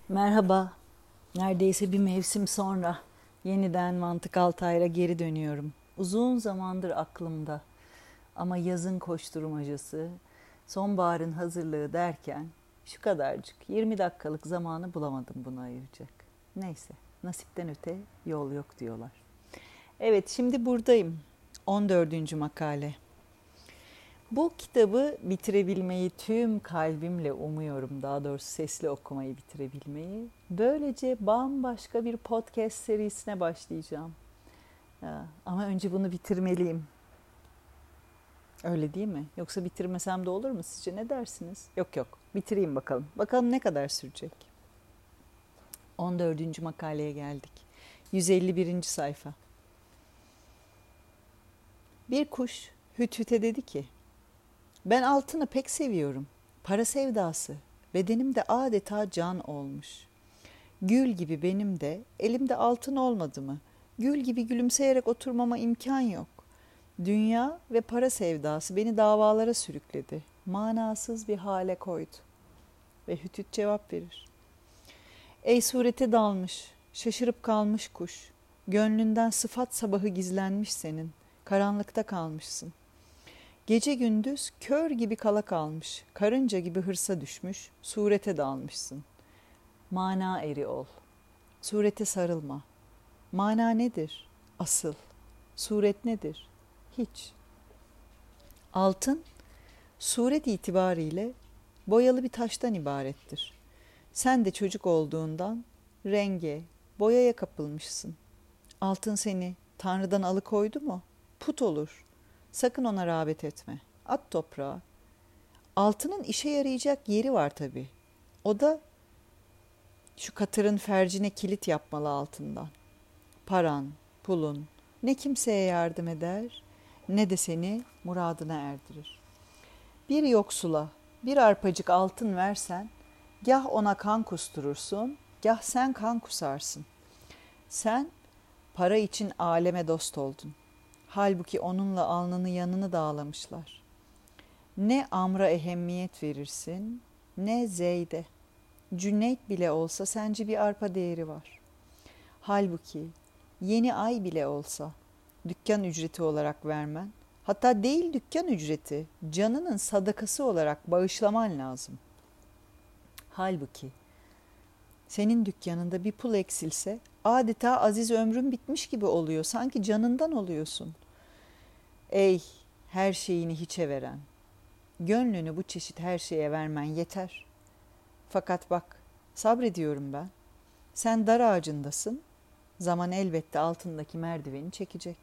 Merhaba, neredeyse bir mevsim sonra yeniden Mantık Altay'la geri dönüyorum. Uzun zamandır aklımda ama yazın koşturmacası, sonbaharın hazırlığı derken şu kadarcık 20 dakikalık zamanı bulamadım buna ayıracak. Neyse, nasipten öte yol yok diyorlar. Evet, şimdi buradayım. 14. makale. Bu kitabı bitirebilmeyi tüm kalbimle umuyorum. Daha doğrusu sesli okumayı bitirebilmeyi. Böylece bambaşka bir podcast serisine başlayacağım. Ama önce bunu bitirmeliyim. Öyle değil mi? Yoksa bitirmesem de olur mu sizce? Ne dersiniz? Yok. Bitireyim bakalım. Bakalım ne kadar sürecek. 14. makaleye geldik. 151. sayfa. Bir kuş hüt hüte dedi ki: "Ben altını pek seviyorum. Para sevdası. Bedenimde adeta can olmuş. Gül gibi benim de elimde altın olmadı mı? Gül gibi gülümseyerek oturmama imkan yok. Dünya ve para sevdası beni davalara sürükledi. Manasız bir hale koydu." Ve Hütüt cevap verir: "Ey surete dalmış, şaşırıp kalmış kuş. Gönlünden sıfat sabahı gizlenmiş senin. Karanlıkta kalmışsın. Gece gündüz kör gibi kala kalmış, karınca gibi hırsa düşmüş, surete dalmışsın. Mana eri ol. Surete sarılma. Mana nedir? Asıl. Suret nedir? Hiç. Altın, suret itibariyle boyalı bir taştan ibarettir. Sen de çocuk olduğundan renge, boyaya kapılmışsın. Altın seni Tanrı'dan alıkoydu mu? Put olur. Sakın ona rağbet etme. At toprağa. Altının işe yarayacak yeri var tabii. O da şu katırın fercine kilit yapmalı altından. Paran, pulun ne kimseye yardım eder ne de seni muradına erdirir. Bir yoksula bir arpacık altın versen, gah ona kan kusturursun, gah sen kan kusarsın. Sen para için aleme dost oldun. Halbuki onunla alnını yanını dağlamışlar. Ne Amr'a ehemmiyet verirsin, ne Zeyd'e. Cüneyt bile olsa sence bir arpa değeri var. Halbuki yeni ay bile olsa dükkan ücreti olarak vermen, hatta değil dükkan ücreti, canının sadakası olarak bağışlaman lazım. Halbuki senin dükkanında bir pul eksilse adeta aziz ömrün bitmiş gibi oluyor. Sanki canından oluyorsun. Ey her şeyini hiçe veren, gönlünü bu çeşit her şeye vermen yeter. Fakat bak, sabrediyorum ben. Sen dar ağacındasın, zaman elbette altındaki merdiveni çekecek.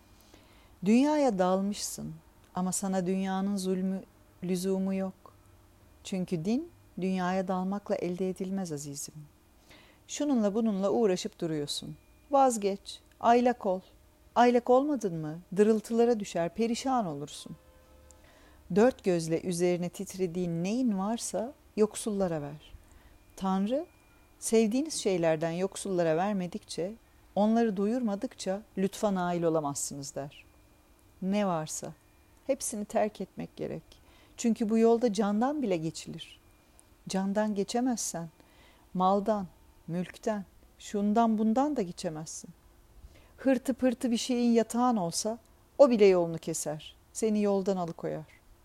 Dünyaya dalmışsın ama sana dünyanın zulmü, lüzumu yok. Çünkü din dünyaya dalmakla elde edilmez azizim. Şununla bununla uğraşıp duruyorsun. Vazgeç, aylak ol. Aylak olmadın mı dırıltılara düşer, perişan olursun. Dört gözle üzerine titrediğin neyin varsa yoksullara ver. Tanrı, sevdiğiniz şeylerden yoksullara vermedikçe, onları doyurmadıkça lütfa nail olamazsınız der. Ne varsa hepsini terk etmek gerek. Çünkü bu yolda candan bile geçilir. Candan geçemezsen, maldan, mülkten, şundan bundan da geçemezsin. Hırtı pırtı bir şeyin yatağın olsa, o bile yolunu keser, seni yoldan alıkoyar.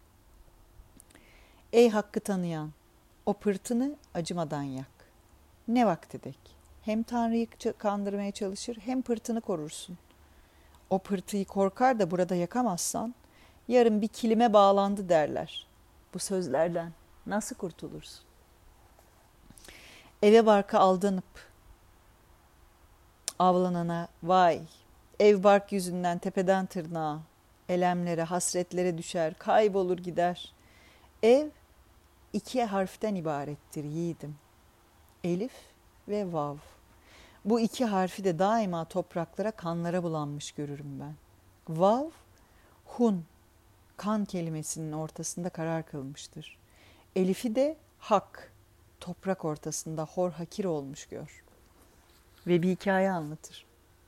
Ey hakkı tanıyan, o pırtını acımadan yak. Ne vakti dek. Hem Tanrı'yı kandırmaya çalışır hem pırtını korursun. O pırtıyı korkar da burada yakamazsan, yarın bir kilime bağlandı derler. Bu sözlerden nasıl kurtulursun? Eve barka aldanıp avlanana vay, ev bark yüzünden tepeden tırnağa, elemlere, hasretlere düşer, kaybolur gider. Ev iki harften ibarettir yiğidim. Elif ve vav. Bu iki harfi de daima topraklara, kanlara bulanmış görürüm ben. Vav, hun, kan kelimesinin ortasında karar kılmıştır. Elif'i de hak, toprak ortasında hor hakir olmuş gör. Ve bir hikaye anlatır.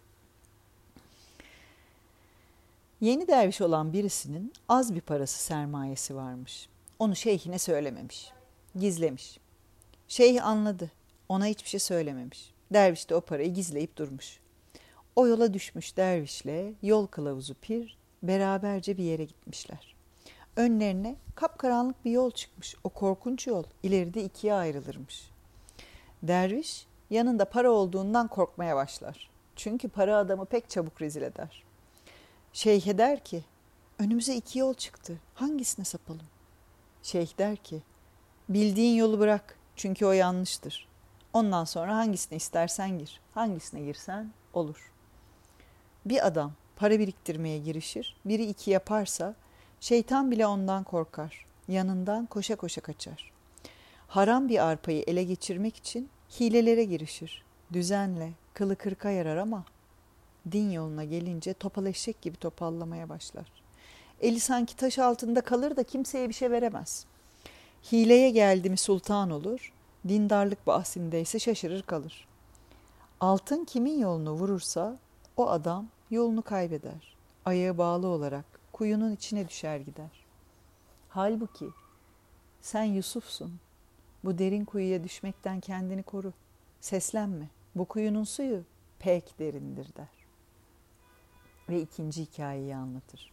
Yeni derviş olan birisinin az bir parası, sermayesi varmış. Onu şeyhine söylememiş, gizlemiş. Şeyh anladı. Ona hiçbir şey söylememiş. Derviş de o parayı gizleyip durmuş. O yola düşmüş dervişle yol kılavuzu pir beraberce bir yere gitmişler. Önlerine kapkaranlık bir yol çıkmış. O korkunç yol ileride ikiye ayrılırmış. Derviş yanında para olduğundan korkmaya başlar. Çünkü para adamı pek çabuk rezil eder. Şeyhe der ki, önümüze iki yol çıktı. Hangisine sapalım? Şeyh der ki, bildiğin yolu bırak. Çünkü o yanlıştır. Ondan sonra hangisine istersen gir. Hangisine girsen olur. Bir adam para biriktirmeye girişir. Biri iki yaparsa şeytan bile ondan korkar. Yanından koşa koşa kaçar. Haram bir arpayı ele geçirmek için hilelere girişir. Düzenle, kılı kırka yarar ama din yoluna gelince topal eşek gibi topallamaya başlar. Eli sanki taş altında kalır da kimseye bir şey veremez. Hileye geldi mi sultan olur, dindarlık bahsindeyse şaşırır kalır. Altın kimin yolunu vurursa o adam yolunu kaybeder. Ayağı bağlı olarak kuyunun içine düşer gider. Halbuki sen Yusuf'sun. Bu derin kuyuya düşmekten kendini koru. Seslenme. Bu kuyunun suyu pek derindir der. Ve ikinci hikayeyi anlatır.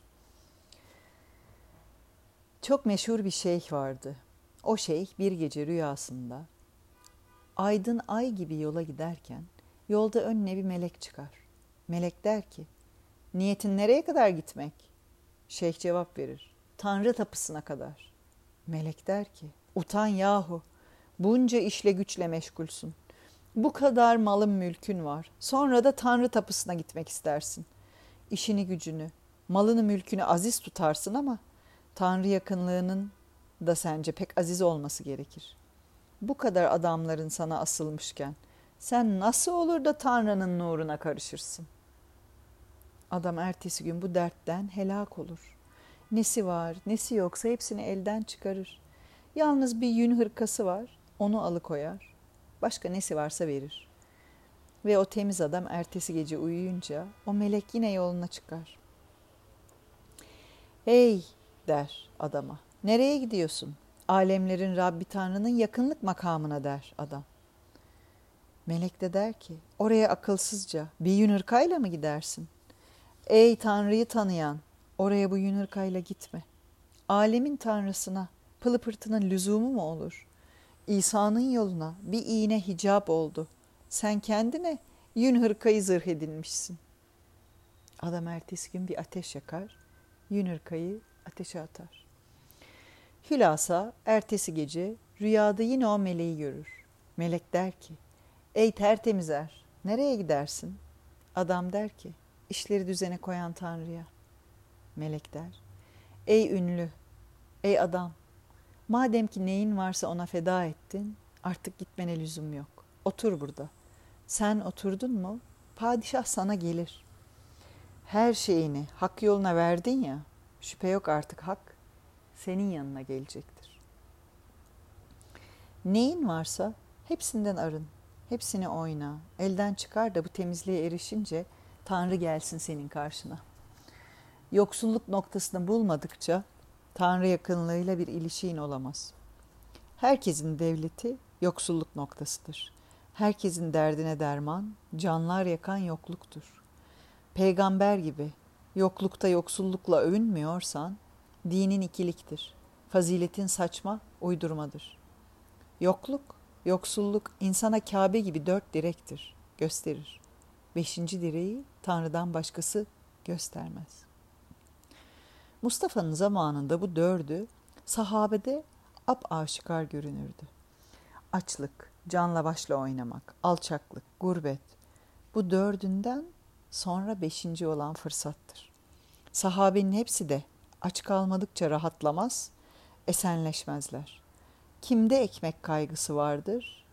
Çok meşhur bir şeyh vardı. O şeyh bir gece rüyasında aydın ay gibi yola giderken yolda önüne bir melek çıkar. Melek der ki, niyetin nereye kadar gitmek? Şeyh cevap verir, Tanrı tapısına kadar. Melek der ki, utan yahu, bunca işle güçle meşgulsün. Bu kadar malın mülkün var. Sonra da Tanrı tapısına gitmek istersin. İşini gücünü, malını mülkünü aziz tutarsın ama Tanrı yakınlığının da sence pek aziz olması gerekir. Bu kadar adamların sana asılmışken sen nasıl olur da Tanrı'nın nuruna karışırsın? Adam ertesi gün bu dertten helak olur. Nesi var, nesi yoksa hepsini elden çıkarır. Yalnız bir yün hırkası var, onu alıkoyar. Başka nesi varsa verir. Ve o temiz adam ertesi gece uyuyunca o melek yine yoluna çıkar. Hey der adama, nereye gidiyorsun? Alemlerin Rabbi Tanrı'nın yakınlık makamına der adam. Melek de der ki, oraya akılsızca bir yün hırkayla mı gidersin? Ey Tanrı'yı tanıyan, oraya bu yün hırkayla gitme. Alemin Tanrısına pılı pırtının lüzumu mu olur? İsa'nın yoluna bir iğne hicap oldu. Sen kendine yün hırkayı zırh edinmişsin. Adam ertesi gün bir ateş yakar, yün hırkayı ateşe atar. Hülasa ertesi gece rüyada yine o meleği görür. Melek der ki, ey tertemiz er, nereye gidersin? Adam der ki, işleri düzene koyan Tanrı'ya. Melek der, ey ünlü, ey adam, madem ki neyin varsa ona feda ettin, artık gitmene lüzum yok. Otur burada. Sen oturdun mu, padişah sana gelir. Her şeyini hak yoluna verdin ya, şüphe yok artık hak senin yanına gelecektir. Neyin varsa hepsinden arın, hepsini oyna, elden çıkar da bu temizliğe erişince Tanrı gelsin senin karşına. Yoksulluk noktasını bulmadıkça Tanrı yakınlığıyla bir ilişiğin olamaz. Herkesin devleti yoksulluk noktasıdır. Herkesin derdine derman, canlar yakan yokluktur. Peygamber gibi yoklukta yoksullukla övünmüyorsan, dinin ikiliktir. Faziletin saçma, uydurmadır. Yokluk, yoksulluk insana Kabe gibi 4 direktir, gösterir. 5. direği Tanrı'dan başkası göstermez. Mustafa'nın zamanında bu 4'ü sahabede apaşikar görünürdü. Açlık, canla başla oynamak, alçaklık, gurbet. Bu 4'ünden sonra 5. olan fırsattır. Sahabenin hepsi de aç kalmadıkça rahatlamaz, esenleşmezler. Kimde ekmek kaygısı vardır,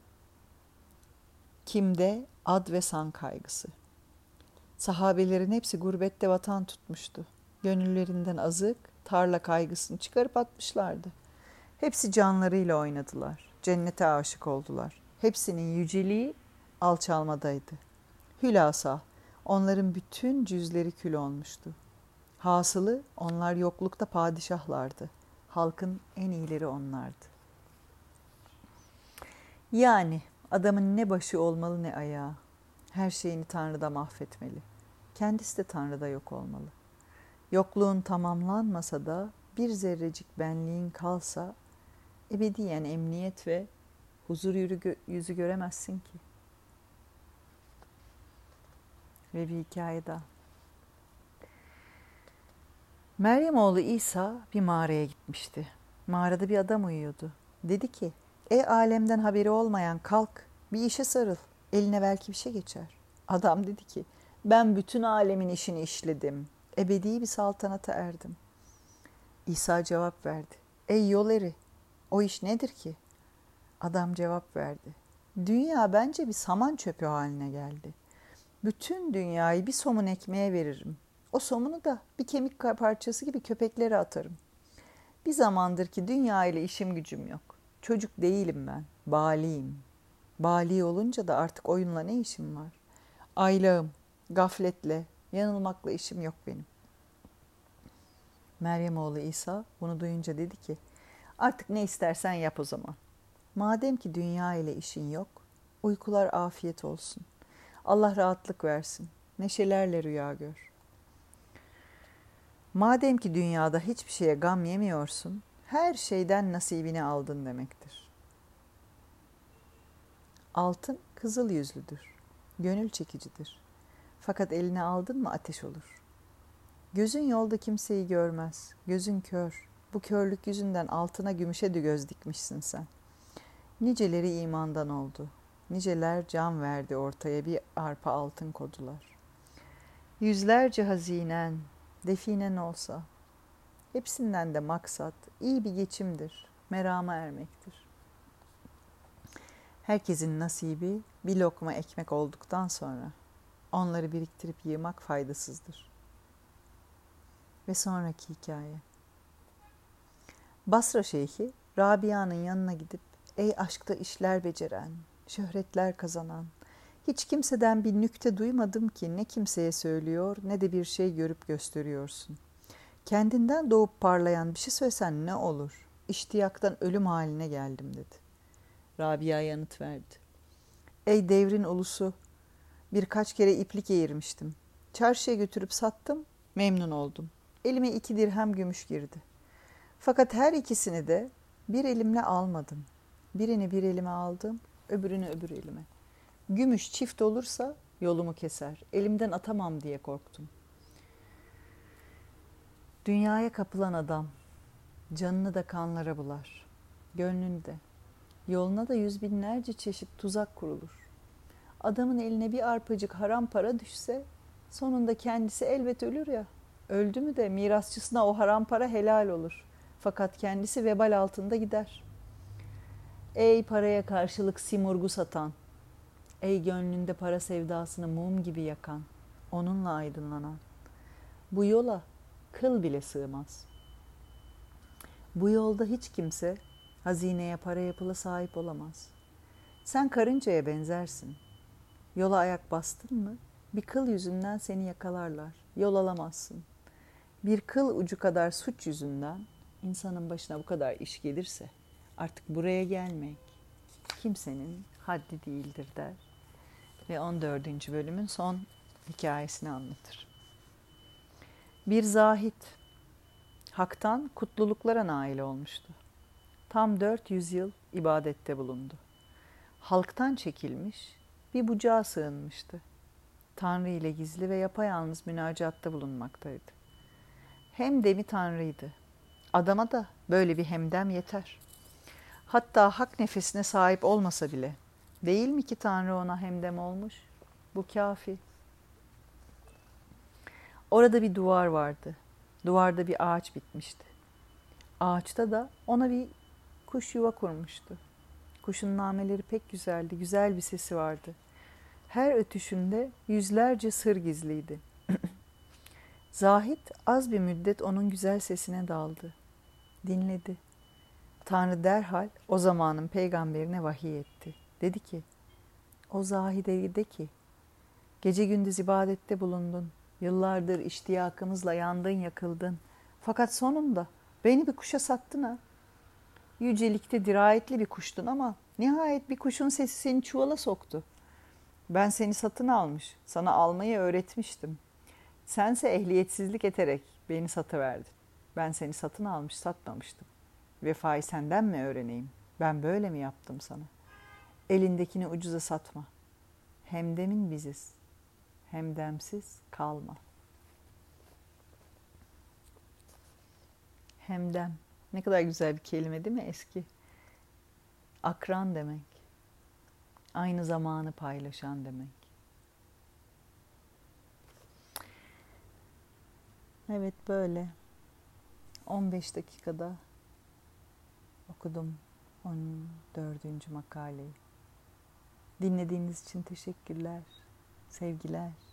kimde ad ve san kaygısı. Sahabelerin hepsi gurbette vatan tutmuştu. Gönüllerinden azık, tarla kaygısını çıkarıp atmışlardı. Hepsi canlarıyla oynadılar, cennete aşık oldular. Hepsinin yüceliği alçalmadaydı. Hülasa, onların bütün cüzleri kül olmuştu. Hasılı onlar yoklukta padişahlardı. Halkın en iyileri onlardı. Yani Adamın ne başı olmalı ne ayağı. Her şeyini Tanrı'da mahvetmeli. Kendisi de Tanrı'da yok olmalı. Yokluğun tamamlanmasa da bir zerrecik benliğin kalsa ebediyen emniyet ve huzur yüzü göremezsin ki. Ve bir hikaye daha. Meryem oğlu İsa bir mağaraya gitmişti. Mağarada bir adam uyuyordu. Dedi ki, alemden haberi olmayan kalk, bir işe sarıl, eline belki bir şey geçer. Adam dedi ki, ben bütün alemin işini işledim, ebedi bir saltanata erdim. İsa cevap verdi, ey yol eri, o iş nedir ki? Adam cevap verdi, dünya bence bir saman çöpü haline geldi. Bütün dünyayı bir somun ekmeğe veririm. O somunu da bir kemik parçası gibi köpeklere atarım. Bir zamandır ki dünya ile işim gücüm yok. Çocuk değilim ben, baliyim. Bali olunca da artık oyunla ne işim var? Aylağım, gafletle, yanılmakla işim yok benim. Meryem oğlu İsa bunu duyunca dedi ki, artık ne istersen yap o zaman. Madem ki dünya ile işin yok, uykular afiyet olsun. Allah rahatlık versin, neşelerle rüya gör. Madem ki dünyada hiçbir şeye gam yemiyorsun, her şeyden nasibini aldın demektir. Altın kızıl yüzlüdür, gönül çekicidir. Fakat eline aldın mı ateş olur. Gözün yolda kimseyi görmez, gözün kör. Bu körlük yüzünden altına gümüşe de göz dikmişsin sen. Niceleri imandan oldu, niceler can verdi ortaya bir arpa altın kodular. Yüzlerce hazinen, definen olsa, hepsinden de maksat iyi bir geçimdir, merama ermektir. Herkesin nasibi bir lokma ekmek olduktan sonra onları biriktirip yığmak faydasızdır. Ve sonraki hikaye. Basra şeyhi Rabia'nın yanına gidip ey aşkta işler beceren, şöhretler kazanan, hiç kimseden bir nükte duymadım ki ne kimseye söylüyor ne de bir şey görüp gösteriyorsun. Kendinden doğup parlayan bir şey söylesen ne olur? İştiyaktan ölüm haline geldim dedi. Rabia yanıt verdi. Ey devrin ulusu, birkaç kere iplik eğirmiştim. Çarşıya götürüp sattım, memnun oldum. Elime 2 dirhem gümüş girdi. Fakat her ikisini de bir elimle almadım. Birini bir elime aldım, öbürünü öbür elime. Gümüş çift olursa yolumu keser. Elimden atamam diye korktum. Dünyaya kapılan adam, canını da kanlara bular. Gönlünü de. Yoluna da 100.000'lerce çeşit tuzak kurulur. Adamın eline bir arpacık haram para düşse, sonunda kendisi elbet ölür ya. Öldü mü de mirasçısına o haram para helal olur. Fakat kendisi vebal altında gider. Ey paraya karşılık simurgu satan, ey gönlünde para sevdasını mum gibi yakan, onunla aydınlanan. Bu yola kıl bile sığmaz. Bu yolda hiç kimse hazineye para yapıla sahip olamaz. Sen karıncaya benzersin. Yola ayak bastın mı bir kıl yüzünden seni yakalarlar. Yol alamazsın. Bir kıl ucu kadar suç yüzünden insanın başına bu kadar iş gelirse artık buraya gelmek kimsenin haddi değildir der. Ve 14. bölümün son hikayesini anlatır. Bir zahit haktan kutluluklara nail olmuştu. Tam 400 yıl ibadette bulundu. Halktan çekilmiş, bir bucağa sığınmıştı. Tanrı ile gizli ve yapayalnız münacatta bulunmaktaydı. Hem demi Tanrı'ydı. Adama da böyle bir hemdem yeter. Hatta hak nefesine sahip olmasa bile, değil mi ki Tanrı ona hemdem olmuş? Bu kafi. Orada bir duvar vardı. Duvarda bir ağaç bitmişti. Ağaçta da ona bir kuş yuva kurmuştu. Kuşun nameleri pek güzeldi, güzel bir sesi vardı. Her ötüşünde yüzlerce sır gizliydi. Zahid az bir müddet onun güzel sesine daldı. Dinledi. Tanrı derhal o zamanın peygamberine vahiy etti. Dedi ki, o Zahid'e de ki, gece gündüz ibadette bulundun. Yıllardır iştiyakımızla yandın yakıldın. Fakat sonunda beni bir kuşa sattın ha. Yücelikte dirayetli bir kuştun ama Nihayet bir kuşun sesi seni çuvala soktu. Ben seni satın almış, sana almayı öğretmiştim. Sense ehliyetsizlik ederek beni satıverdin. Ben seni satın almış satmamıştım. Vefayı senden mi öğreneyim? Ben böyle mi yaptım sana? Elindekini ucuza satma. Hemdemin biziz. Hemdemsiz kalma. Hemdem. Ne kadar güzel bir kelime değil mi eski? Akran demek. Aynı zamanı paylaşan demek. Evet böyle 15 dakikada okudum 14. makaleyi. Dinlediğiniz için teşekkürler, sevgiler.